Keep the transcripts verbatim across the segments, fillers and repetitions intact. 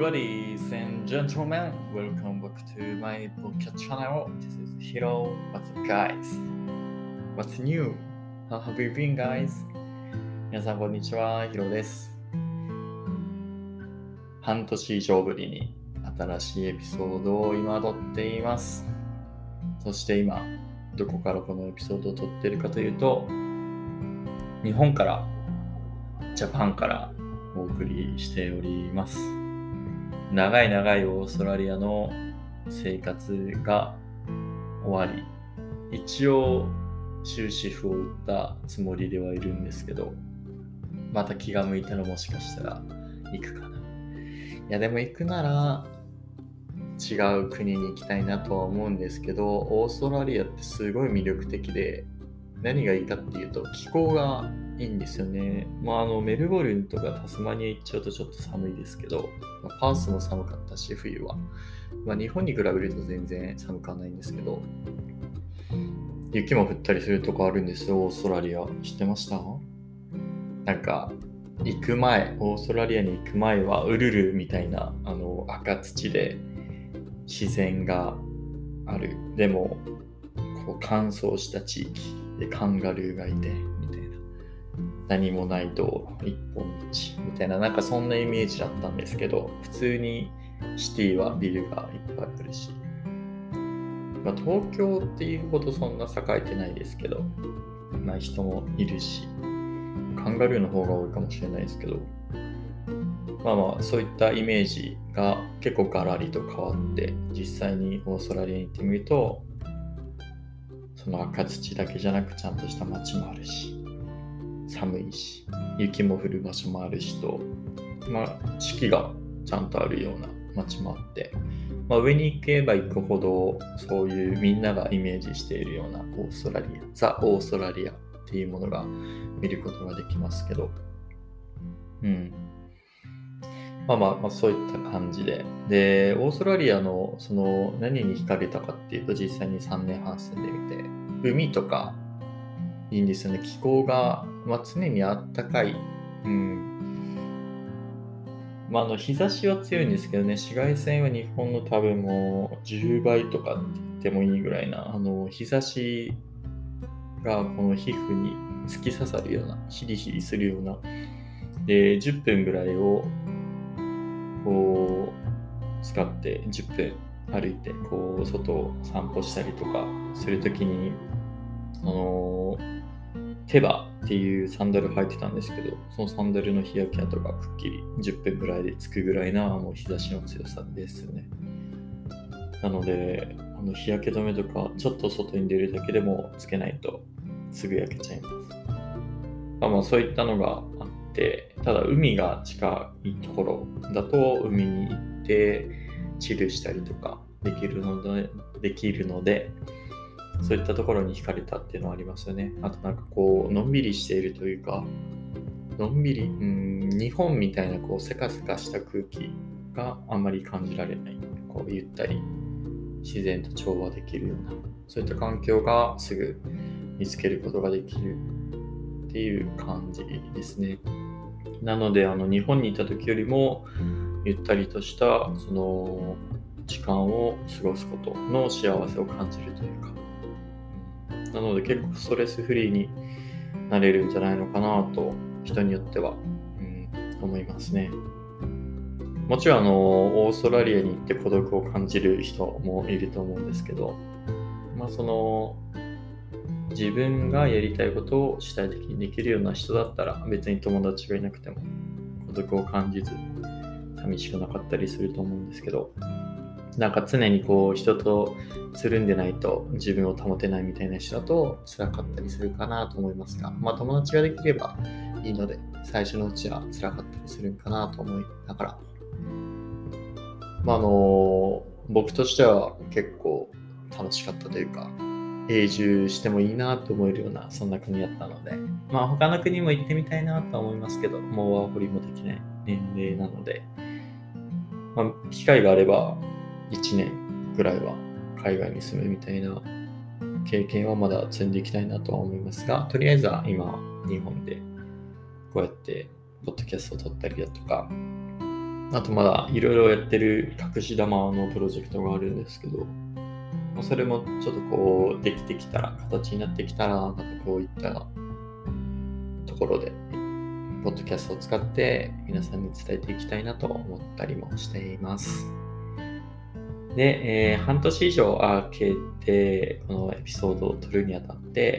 Ladies and gentlemen, welcome back to my podcast channel. This is Hiro. What's up, guys? What's new? How have you been, guys? 皆さん、こんにちは。ヒロです。半年以上ぶりに新しいエピソードを今撮っています。そして今、どこからこのエピソードを撮っているかというと、日本から、ジャパンからお送りしております。長い長いオーストラリアの生活が終わり、一応終止符を打ったつもりではいるんですけど、また気が向いたらもしかしたら行くかな。いやでも行くなら違う国に行きたいなとは思うんですけど、オーストラリアってすごい魅力的で、何がいいかっていうと気候がいいんですよね。まああのメルボルンとかタスマニア行っちゃうとちょっと寒いですけど、まあ、パースも寒かったし冬は、まあ、日本に比べると全然寒くはないんですけど、雪も降ったりするとこあるんですよ。オーストラリア知ってました？なんか行く前、オーストラリアに行く前はウルルみたいなあの赤土で自然がある、でもこう乾燥した地域でカンガルーがいてみたいな、何もない道路一本道みたいな、なんかそんなイメージだったんですけど、普通にシティはビルがいっぱいあるし、まあ、東京っていうほどそんな栄えてないですけど、まあ、人もいるし、カンガルーの方が多いかもしれないですけど、まあまあそういったイメージが結構ガラリと変わって、実際にオーストラリアに行ってみると、その赤土だけじゃなくちゃんとした街もあるし、寒いし、雪も降る場所もあるしと、まあ四季がちゃんとあるような街もあって、まあ、上に行けば行くほどそういうみんながイメージしているようなオーストラリア、ザ・オーストラリアっていうものが見ることができますけど、うん。まあまあ、まあ、そういった感じで。で、オーストラリアのその何に惹かれたかっていうと、実際にさんねんはん住んでみて、海とかいいんですよね。気候が、まあ、常にあったかい。うん。まあ、あの日差しは強いんですけどね、紫外線は日本の多分もうじゅうばいとかって言ってもいいぐらいな、あの日差しがこの皮膚に突き刺さるような、ヒリヒリするような、で、じゅっぷんぐらいをこう使ってじゅっぷん歩いてこう外を散歩したりとかするときに、あのテバっていうサンダル履いてたんですけど、そのサンダルの日焼け跡がくっきりじゅっぷんぐらいでつくぐらいなもう日差しの強さですよね。なのであの日焼け止めとかちょっと外に出るだけでもつけないとすぐ焼けちゃいます。まあ、まあそういったのがあって、ただ海が近いところだと海に行ってチルしたりとかできるので、できるので、そういったところに惹かれたっていうのはありますよね。あとなんかこうのんびりしているというか、のんびり、うーん、日本みたいなこうせかせかした空気があんまり感じられない、こうゆったり自然と調和できるような、そういった環境がすぐ見つけることができるっていう感じですね。なのであの日本にいた時よりもゆったりとしたその時間を過ごすことの幸せを感じるというか、なので結構ストレスフリーになれるんじゃないのかなと人によっては、うん、思いますね。もちろんあのオーストラリアに行って孤独を感じる人もいると思うんですけど、まあその自分がやりたいことを主体的にできるような人だったら別に友達がいなくても孤独を感じず寂しくなかったりすると思うんですけど、なんか常にこう人とつるんでないと自分を保てないみたいな人だと辛かったりするかなと思いますが、まあ友達ができればいいので最初のうちは辛かったりするかなと思いながら、まああの僕としては結構楽しかったというか、永住してもいいなと思えるようなそんな国だったので、まあ他の国も行ってみたいなと思いますけど、もうワーホリもできない年齢なので、まあ、機会があればいちねんぐらいは海外に住むみたいな経験はまだ積んでいきたいなとは思いますが、とりあえずは今日本でこうやってポッドキャストを撮ったりだとか、 あとまだいろいろやってる隠し玉のプロジェクトがあるんですけど、それもちょっとこうできてきたら、形になってきたら、なんかこういったところで、ポッドキャストを使って皆さんに伝えていきたいなと思ったりもしています。で、えー、半年以上空けて、このエピソードを撮るにあたって、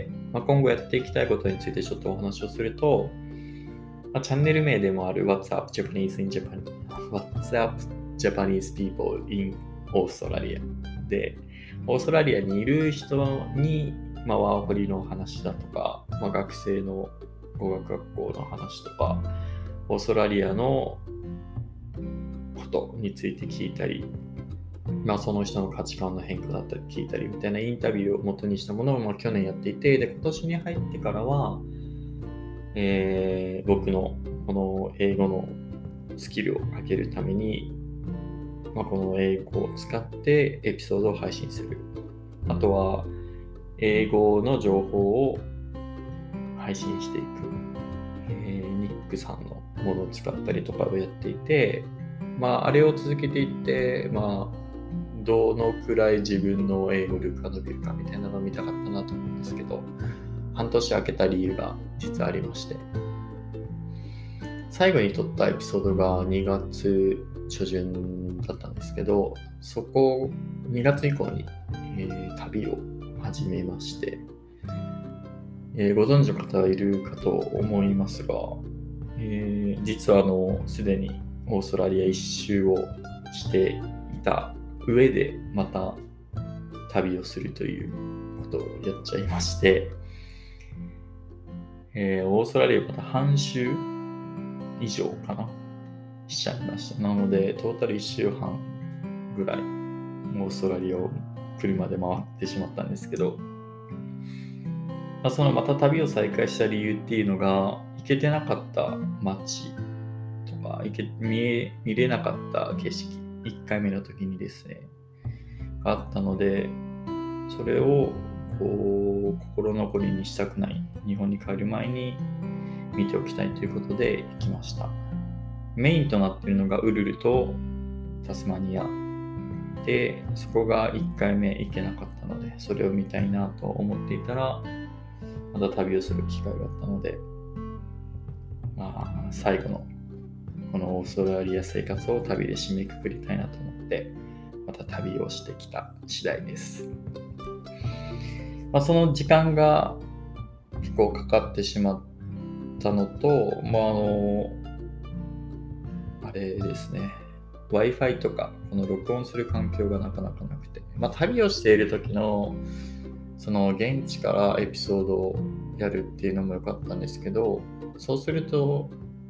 まあ、今後やっていきたいことについてちょっとお話をすると、まあ、チャンネル名でもある What's Up Japanese in Japan What's Up Japanese People in Australia で、オーストラリアにいる人に、まあ、ワーホリの話だとか、まあ、学生の語学学校の話とか、オーストラリアのことについて聞いたり、まあ、その人の価値観の変化だったり聞いたりみたいなインタビューを元にしたものをまあ去年やっていて、で今年に入ってからは、えー、僕のこの英語のスキルを上げるために、まあ、この英語を使ってエピソードを配信する。あとは英語の情報を配信していく、えー、ニックさんのものを使ったりとかをやっていて、まああれを続けていって、まあどのくらい自分の英語力が伸びるかみたいなのを見たかったなと思うんですけど、半年空けた理由が実はありまして、最後に撮ったエピソードがにがつちょじゅんだったんですけど、そこにがつ以降に、えー、旅を始めまして、えー、ご存知の方はいるかと思いますが、えー、実はあのすでにオーストラリア一周をしていた上でまた旅をするということをやっちゃいまして、えー、オーストラリアまた半周以上かなしちゃいました。なのでトータルいっしゅうはんぐらいオーストラリアを車で回ってしまったんですけど、まあ、そのまた旅を再開した理由っていうのが、行けてなかった街とか行け 見え、見れなかった景色、いっかいめの時にですねがあったので、それをこう心残りにしたくない、日本に帰る前に見ておきたいということで行きました。メインとなっているのがウルルとタスマニアで、そこがいっかいめ行けなかったので、それを見たいなと思っていたら、また旅をする機会があったので、まあ、最後のこのオーストラリア生活を旅で締めくくりたいなと思って、また旅をしてきた次第です。まあ、その時間が結構かかってしまったのと、まああの、あれですね、Wi-Fi とか、この録音する環境がなかなかなくて、まあ、旅をしている時のその現地からエピソードをやるっていうのも良かったんですけど、そうすると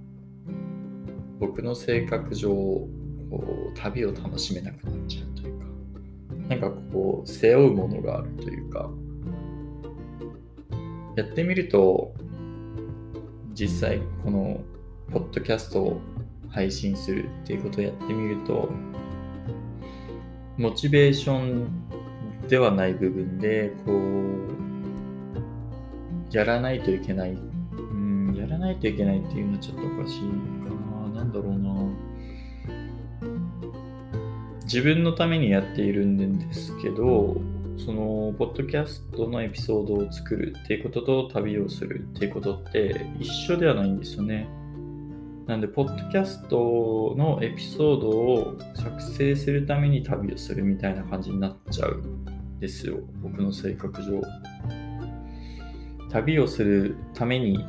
僕の性格上こう旅を楽しめなくなっちゃうというか、なんかこう背負うものがあるというか、やってみると実際このポッドキャストを配信するっていうことをやってみると、モチベーションではない部分でこうやらないといけない、うーんやらないといけないっていうのはちょっとおかしいかな、なんだろうな、自分のためにやっているんですけど、そのポッドキャストのエピソードを作るっていうことと旅をするっていうことって一緒ではないんですよね。なんでポッドキャストのエピソードを作成するために旅をするみたいな感じになっちゃうんですよ、僕の性格上。旅をするために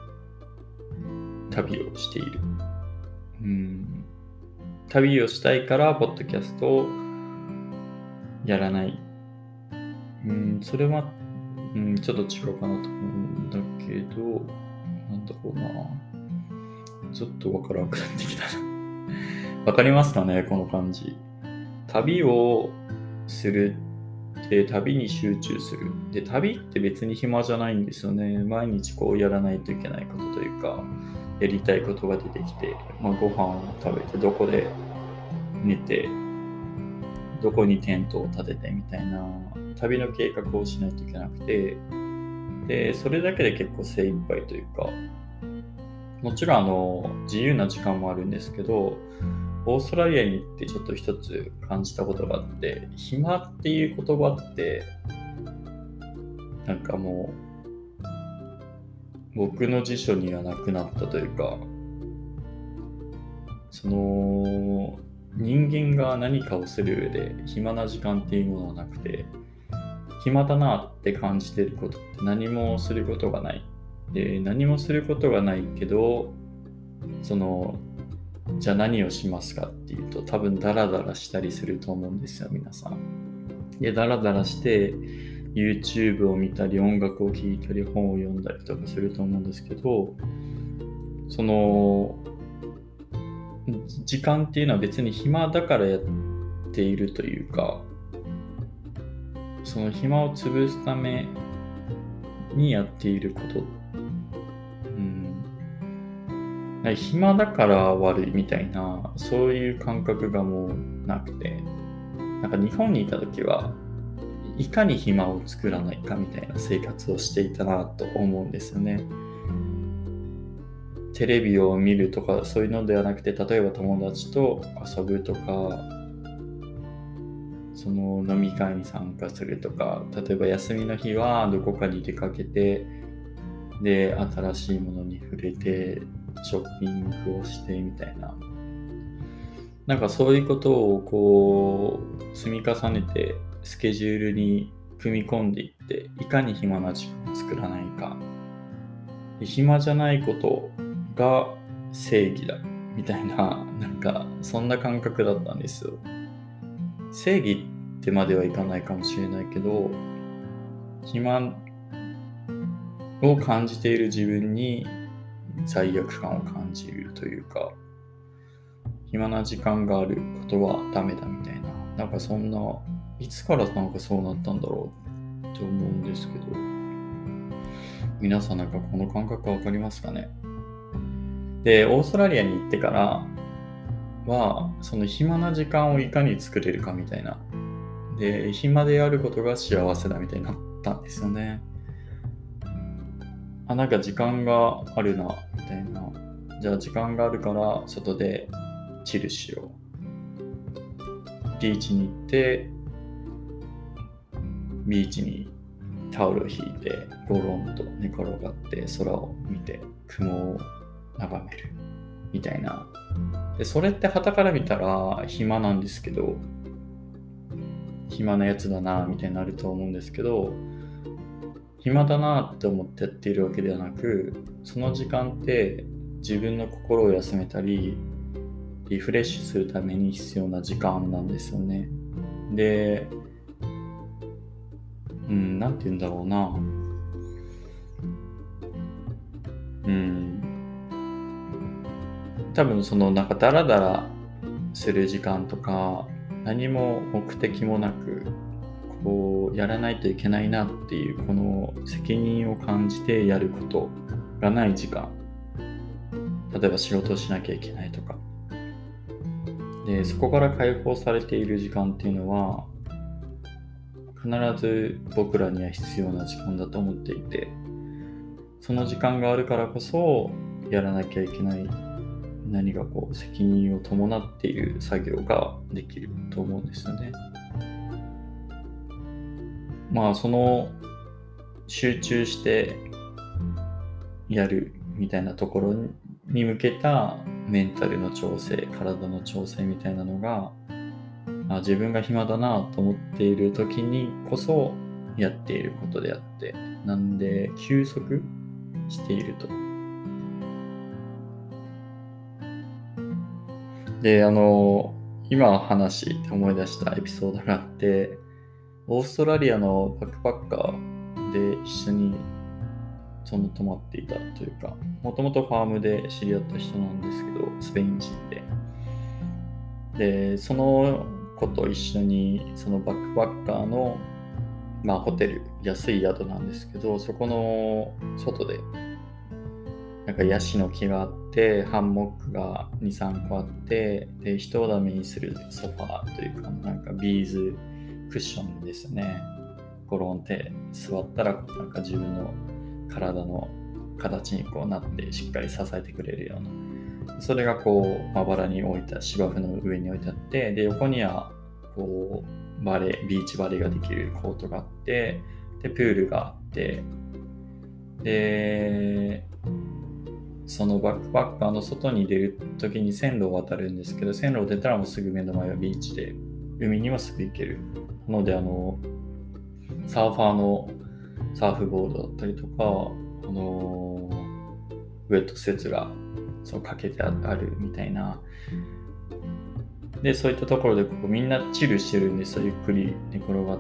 旅をしている。うーん旅をしたいからポッドキャストをやらない。うーんそれはうんちょっと違うかなと思うんだけど、なんだろうな、ちょっとわからなくなってきたわかりますかね、この感じ。旅をするって旅に集中する。で、旅って別に暇じゃないんですよね。毎日こうやらないといけないことというか、やりたいことが出てきて、まあ、ご飯を食べて、どこで寝て、どこにテントを立ててみたいな旅の計画をしないといけなくて、で、それだけで結構精一杯というか、もちろんあの自由な時間もあるんですけど、 オーストラリアに行ってちょっと一つ感じたことがあって、暇っていう言葉ってなんかもう僕の辞書にはなくなったというか、その人間が何かをする上で暇な時間っていうものはなくて、暇だなって感じてることって何もすることがない。で、何もすることがないけど、そのじゃあ何をしますかっていうと、多分ダラダラしたりすると思うんですよ、皆さん。で、ダラダラして YouTube を見たり、音楽を聴いたり、本を読んだりとかすると思うんですけど、その時間っていうのは別に暇だからやっているというか、その暇を潰すためにやっていること、うん、なんか暇だから悪いみたいな、そういう感覚がもうなくて、なんか日本にいた時はいかに暇を作らないかみたいな生活をしていたなと思うんですよね。テレビを見るとかそういうのではなくて、例えば友達と遊ぶとか、その飲み会に参加するとか、例えば休みの日はどこかに出かけて、で新しいものに触れてショッピングをしてみたいな、なんかそういうことをこう積み重ねてスケジュールに組み込んでいって、いかに暇な時間を作らないか、で暇じゃないことが正義だみたいな、なんかそんな感覚だったんですよ。正義ってまではいかないかもしれないけど、暇を感じている自分に罪悪感を感じるというか、暇な時間があることはダメだみたいな、なんかそんな、いつからなんかそうなったんだろうって思うんですけど、皆さんなんかこの感覚わかりますかね。で、オーストラリアに行ってからは、その暇な時間をいかに作れるかみたいな。で、暇でやることが幸せだみたいになったんですよね。あ、なんか時間があるな、みたいな。じゃあ時間があるから外でチルしよう。ビーチに行って、ビーチにタオルを引いてゴロンと寝転がって空を見て雲を眺めるみたいな。で、それって傍から見たら暇なんですけど、暇なやつだなみたいになると思うんですけど、暇だなって思ってやっているわけではなく、その時間って自分の心を休めたりリフレッシュするために必要な時間なんですよね。で、うん、なんて言うんだろうな。うん。多分そのなんかダラダラする時間とか、何も目的もなく、こうやらないといけないなっていうこの責任を感じてやることがない時間。例えば仕事をしなきゃいけないとか。で、そこから解放されている時間っていうのは、必ず僕らには必要な時間だと思っていて、その時間があるからこそやらなきゃいけない何かこう責任を伴っている作業ができると思うんですよね。まあその集中してやるみたいなところに向けたメンタルの調整、体の調整みたいなのが、あ、自分が暇だなと思っている時にこそやっていることであって、なんで休息していると。で、あの今話して思い出したエピソードがあって、オーストラリアのバックパッカーで一緒にその泊まっていたというか、もともとファームで知り合った人なんですけど、スペイン人で。で、その子と一緒にそのバックパッカーの、まあ、ホテル、安い宿なんですけど、そこの外でなんかヤシの木があって、ハンモックがに、さんこあって、で、人だめにするソファーというか、なんかビーズクッションですね。ゴロンって座ったら、なんか自分の体の形にこうなってしっかり支えてくれるようなそれがこうまばらに置いた芝生の上に置いてあって、で横にはこうバレービーチバレーができるコートがあって、でプールがあって、でそのバックパッカーの外に出るときに線路を渡るんですけど、線路を出たらもうすぐ目の前はビーチで、海にはすぐ行ける。なのであのサーファーのサーフボードだったりとか、あのウェットスーツがそうかけてあるみたいな。でそういったところでここみんなチルしてるんですよ。ゆっくり寝転がって。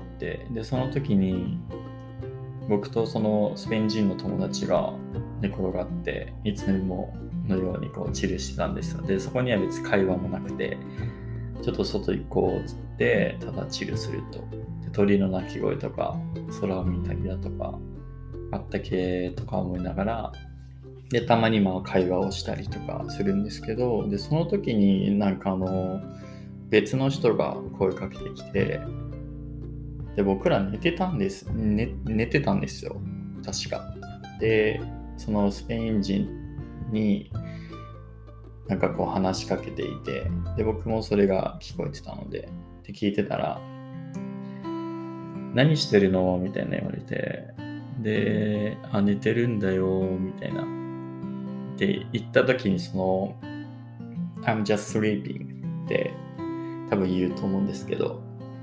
でその時に僕とそのスペイン人の友達が寝転がっていつものようにこうチルしてたんですよ。でそこには別に会話もなくて、ちょっと外行こうっつってただチルすると。で鳥の鳴き声とか空を見たりだとかあったけとか思いながら、でたまにまあ会話をしたりとかするんですけど、でその時になんかあの別の人が声かけてきて、で僕ら寝てたんです、ね、寝てたんですよ確か。でそのスペイン人になんかこう話しかけていて、で僕もそれが聞こえてたので、で聞いてたら何してるのみたいな言われて、であ寝てるんだよみたいなって言った時に、その I'm just sleeping って多分言うと思うんですけど、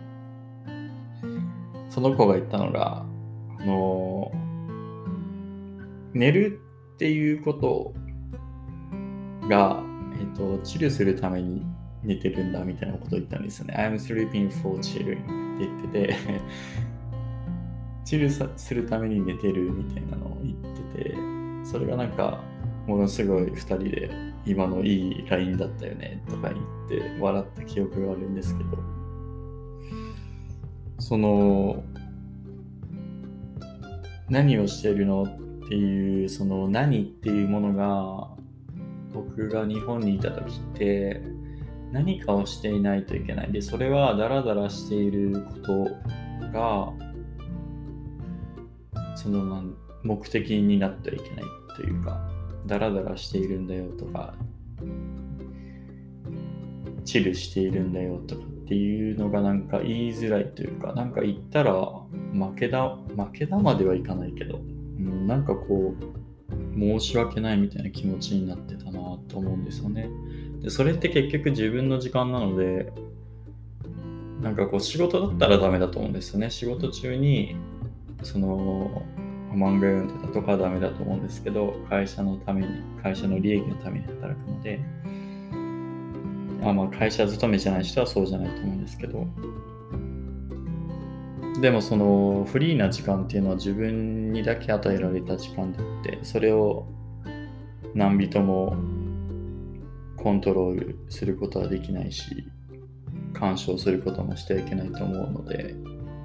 その子が言ったのが、あの寝るっていうことが、えっと、チルするために寝てるんだみたいなことを言ったんですよね。I'm sleeping for chilling って言っててチルするために寝てるみたいなのを言ってて、それがなんかものすごいふたりで今のいいラインだったよねとか言って笑った記憶があるんですけど、その何をしているのっていう、その何っていうものが、僕が日本にいた時って何かをしていないといけない。でそれはダラダラしていることがその目的になってはいけないというか、ダラダラしているんだよとかチルしているんだよとかっていうのがなんか言いづらいというか、なんか言ったら負けだ負けだまではいかないけど、うん、なんかこう申し訳ないみたいな気持ちになってたなと思うんですよね。でそれって結局自分の時間なので、なんかこう仕事だったらダメだと思うんですよね。仕事中にその漫画読んでたとかはダメだと思うんですけど、会社のために会社の利益のために働くので、あまあ会社勤めじゃない人はそうじゃないと思うんですけど、でもそのフリーな時間っていうのは自分にだけ与えられた時間であって、それを何人もコントロールすることはできないし、干渉することもしてはいけないと思うので、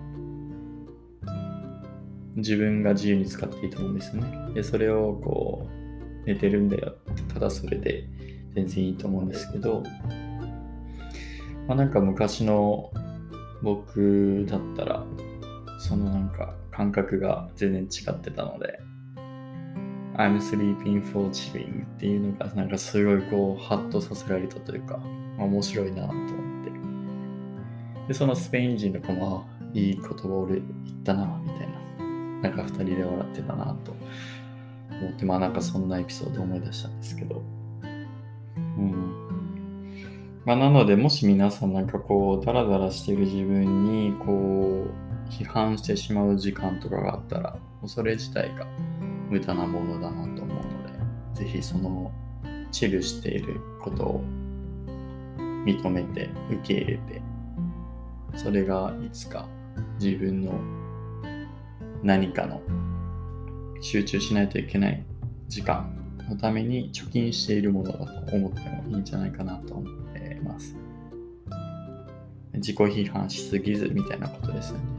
自分が自由に使っていいと思うんですよね。でそれをこう寝てるんだよってただそれで全然いいと思うんですけど、まあ、なんか昔の僕だったらそのなんか感覚が全然違ってたので、 I'm sleeping for chilling っていうのがなんかすごいこうハッとさせられたというか、まあ、面白いなと思って、でそのスペイン人の子もいい言葉を俺言ったなみたいな、なんかふたりで笑ってたなと思って、まあなんかそんなエピソードを思い出したんですけど、うんまあ、なのでもし皆さんなんかこうダラダラしている自分にこう批判してしまう時間とかがあったら、もうそれ自体が無駄なものだなと思うので、ぜひそのチルしていることを認めて受け入れて、それがいつか自分の何かの集中しないといけない時間のために貯金しているものだと思ってもいいんじゃないかなと思っています。自己批判しすぎずみたいなことですよね。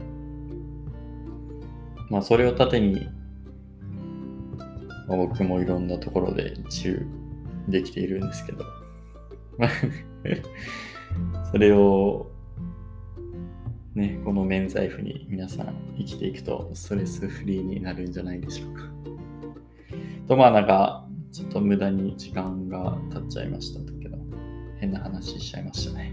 まあそれを盾に、まあ、僕もいろんなところでチルできているんですけどそれをね、この免罪符に皆さん生きていくとストレスフリーになるんじゃないでしょうか。とまあなんかちょっと無駄に時間が経っちゃいましたけど、変な話しちゃいましたね。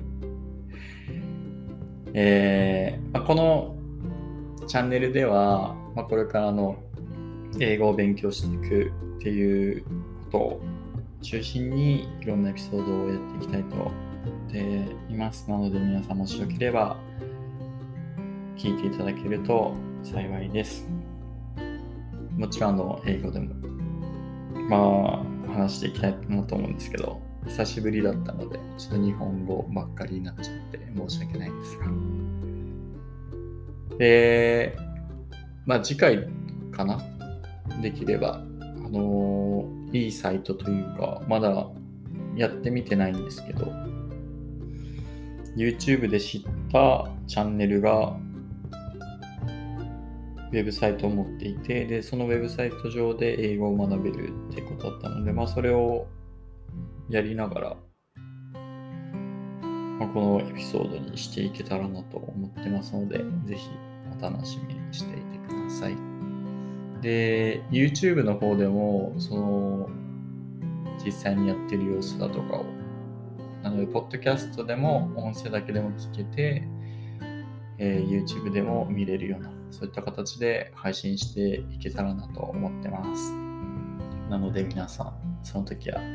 えーまあ、このチャンネルでは、まあ、これからの英語を勉強していくっていうことを中心にいろんなエピソードをやっていきたいと思っています。なので皆さんもしよければ聞いていただけると幸いです。もちろんあの英語でもまあ話していきたいなと思うんですけど、久しぶりだったのでちょっと日本語ばっかりになっちゃって申し訳ないんですが、でまあ次回かな、できればあのー、いいサイトというかまだやってみてないんですけど、 YouTube で知ったチャンネルがウェブサイトを持っていて、でそのウェブサイト上で英語を学べるってことだったので、まあそれをやりながら、まあ、このエピソードにしていけたらなと思ってますので、ぜひお楽しみにしていてください。で YouTube の方でもその実際にやってる様子だとかを、なのでポッドキャストでも音声だけでも聞けて、えー、YouTube でも見れるような、そういった形で配信していけたらなと思ってます。なので皆さんその時は、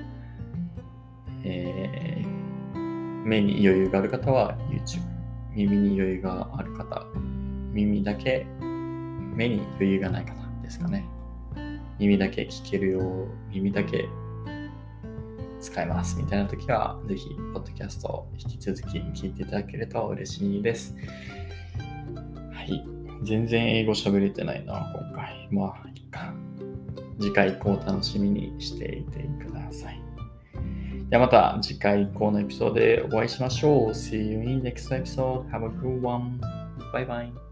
えー、目に余裕がある方は YouTube、 耳に余裕がある方、耳だけ、目に余裕がない方ですかね、耳だけ聞けるよう、耳だけ使えますみたいな時はぜひポッドキャストを引き続き聞いていただけると嬉しいです。はい、全然英語喋れてないな今回。まあいいか。次回以降楽しみにしていてください。ではまた次回以降のエピソードでお会いしましょう。See you in next episode. Have a good one. Bye bye.